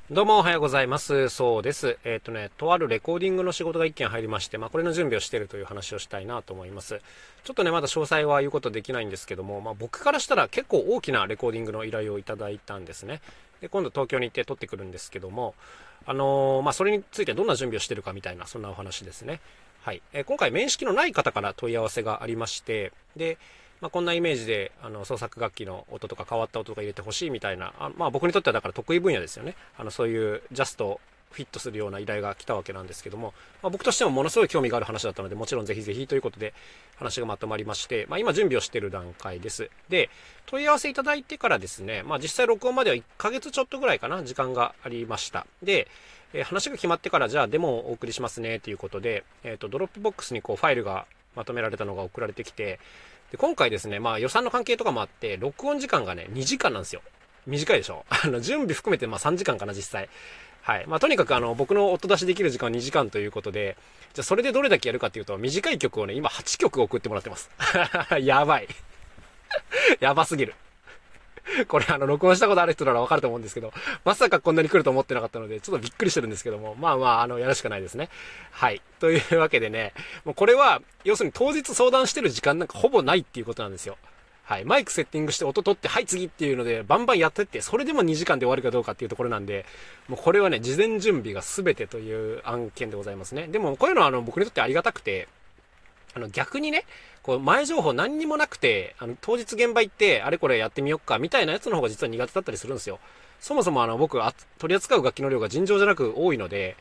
どうもおはようございます。そうです。とあるレコーディングの仕事が一件入りまして、これの準備をしているという話をしたいなと思います。ちょっとね、まだ詳細は言うことできないんですけども、僕からしたら結構大きなレコーディングの依頼をいただいたんですね。で、今度東京に行って撮ってくるんですけども、それについてどんな準備をしているかみたいな、そんなお話ですね。はい。今回面識のない方から問い合わせがありまして、で、こんなイメージで創作楽器の音とか変わった音とか入れてほしいみたいな、僕にとってはだから得意分野ですよね。そういうジャストフィットするような依頼が来たわけなんですけども、僕としてもものすごい興味がある話だったので、もちろんぜひぜひということで話がまとまりまして、今準備をしている段階です。で、問い合わせいただいてからですね、実際録音までは1ヶ月ちょっとぐらいかな、時間がありました。で、話が決まってからじゃあデモをお送りしますねということで、ドロップボックスにこうファイルがまとめられたのが送られてきて、で今回ですね、予算の関係とかもあって、録音時間がね、2時間なんですよ。短いでしょ準備含めて3時間かな、実際。はい。とにかく僕の音出しできる時間は2時間ということで、じゃあそれでどれだけやるかっていうと、短い曲をね、今8曲送ってもらってます。やばい。やばすぎる。これ録音したことある人ならわかると思うんですけど、まさかこんなに来ると思ってなかったので、ちょっとびっくりしてるんですけども、やるしかないですね。はい。というわけでね、もうこれは、要するに当日相談してる時間なんかほぼないっていうことなんですよ。はい。マイクセッティングして音取って、はい次っていうので、バンバンやってって、それでも2時間で終わるかどうかっていうところなんで、もうこれはね、事前準備が全てという案件でございますね。でも、こういうのは僕にとってありがたくて、逆にね、こう前情報何にもなくて、当日現場行って、あれこれやってみよっか、みたいなやつの方が実は苦手だったりするんですよ。そもそも僕、取り扱う楽器の量が尋常じゃなく多いので、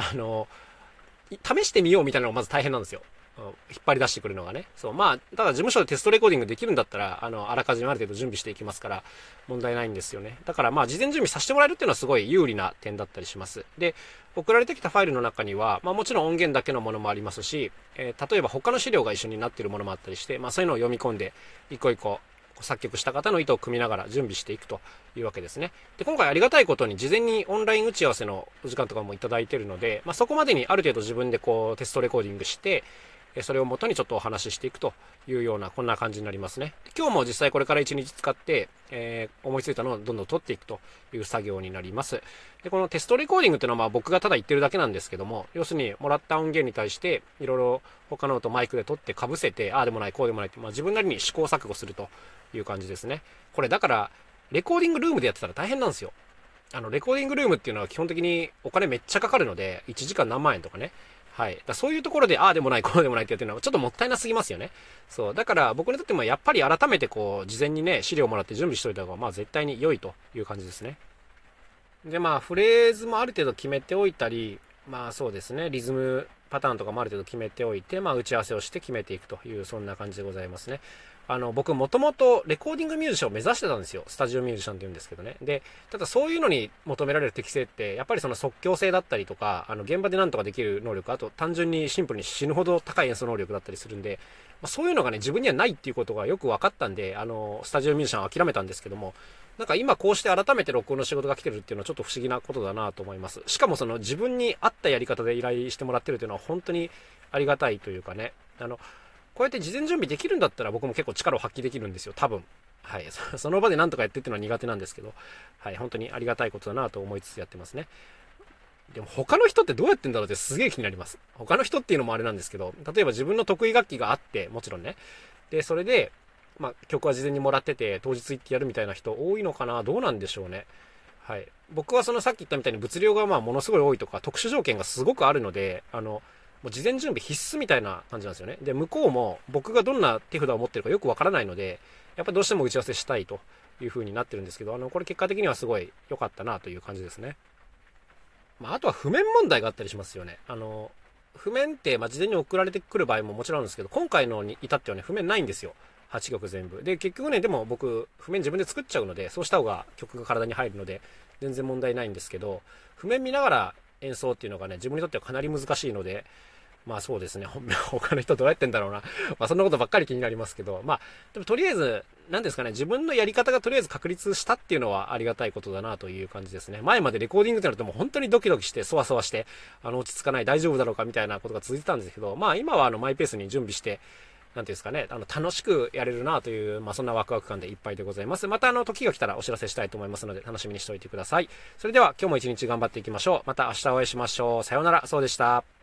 試してみようみたいなのがまず大変なんですよ。引っ張り出してくるのがね。そう、ただ事務所でテストレコーディングできるんだったら、あらかじめある程度準備していきますから、問題ないんですよね。だから事前準備させてもらえるっていうのはすごい有利な点だったりします。で、送られてきたファイルの中には、もちろん音源だけのものもありますし、例えば他の資料が一緒になっているものもあったりして、そういうのを読み込んで、一個一個、作曲した方の意図を組みながら準備していくというわけですね。で、今回ありがたいことに事前にオンライン打ち合わせのお時間とかもいただいているので、そこまでにある程度自分でこうテストレコーディングして、それを元にちょっとお話ししていくというような、こんな感じになりますね。今日も実際これから1日使って、思いついたのをどんどん取っていくという作業になります。で、このテストレコーディングっていうのは僕がただ言ってるだけなんですけども、要するにもらった音源に対して、いろいろ他の音マイクで取って被せて、ああでもない、こうでもないって、自分なりに試行錯誤するという感じですね。これだから、レコーディングルームでやってたら大変なんですよ。レコーディングルームっていうのは基本的にお金めっちゃかかるので、1時間何万円とかね。はい。そういうところで、ああでもない、こうでもないってやってるのはちょっともったいなすぎますよね。そう。だから僕にとってもやっぱり改めてこう、事前にね、資料もらって準備しといた方が、絶対に良いという感じですね。で、フレーズもある程度決めておいたり、そうですね、リズムパターンとかもある程度決めておいて、打ち合わせをして決めていくという、そんな感じでございますね。僕もともとレコーディングミュージシャンを目指してたんですよ。スタジオミュージシャンって言うんですけどね。で、ただそういうのに求められる適性って、やっぱりその即興性だったりとか、現場でなんとかできる能力、あと単純にシンプルに死ぬほど高い演奏能力だったりするんで、そういうのがね、自分にはないっていうことがよく分かったんで、スタジオミュージシャンは諦めたんですけども、なんか今こうして改めて録音の仕事が来てるっていうのはちょっと不思議なことだなと思います。しかもその自分に合ったやり方で依頼してもらってるっていうのは本当にありがたいというかね。こうやって事前準備できるんだったら僕も結構力を発揮できるんですよ、多分。はい。その場で何とかやってっていうのは苦手なんですけど、はい。本当にありがたいことだなと思いつつやってますね。でも他の人ってどうやってんだろうってすげえ気になります。他の人っていうのもあれなんですけど、例えば自分の得意楽器があって、もちろんね。で、それで、曲は事前にもらってて、当日行ってやるみたいな人多いのかな、どうなんでしょうね。はい。僕はそのさっき言ったみたいに物量がものすごい多いとか、特殊条件がすごくあるので、もう事前準備必須みたいな感じなんですよね。で、向こうも僕がどんな手札を持ってるかよくわからないので、やっぱどうしても打ち合わせしたいという風になってるんですけど、これ結果的にはすごい良かったなという感じですね。あとは譜面問題があったりしますよね。譜面って、事前に送られてくる場合ももちろんあるんですけど、今回のに至ってはね、譜面ないんですよ。8曲全部。で、結局ね、でも僕、譜面自分で作っちゃうので、そうした方が曲が体に入るので、全然問題ないんですけど、譜面見ながら演奏っていうのがね、自分にとってはかなり難しいので、そうですね。他の人どうやってんだろうな。そんなことばっかり気になりますけど、でもとりあえず、何ですかね、自分のやり方がとりあえず確立したっていうのはありがたいことだなという感じですね。前までレコーディングってなるともう本当にドキドキして、そわそわして、落ち着かない、大丈夫だろうかみたいなことが続いてたんですけど、今はマイペースに準備して、 なんていうんですかね、楽しくやれるなという、まあ、そんなワクワク感でいっぱいでございます。また時が来たらお知らせしたいと思いますので、楽しみにしておいてください。それでは今日も一日頑張っていきましょう。また明日お会いしましょう。さようなら。そうでした。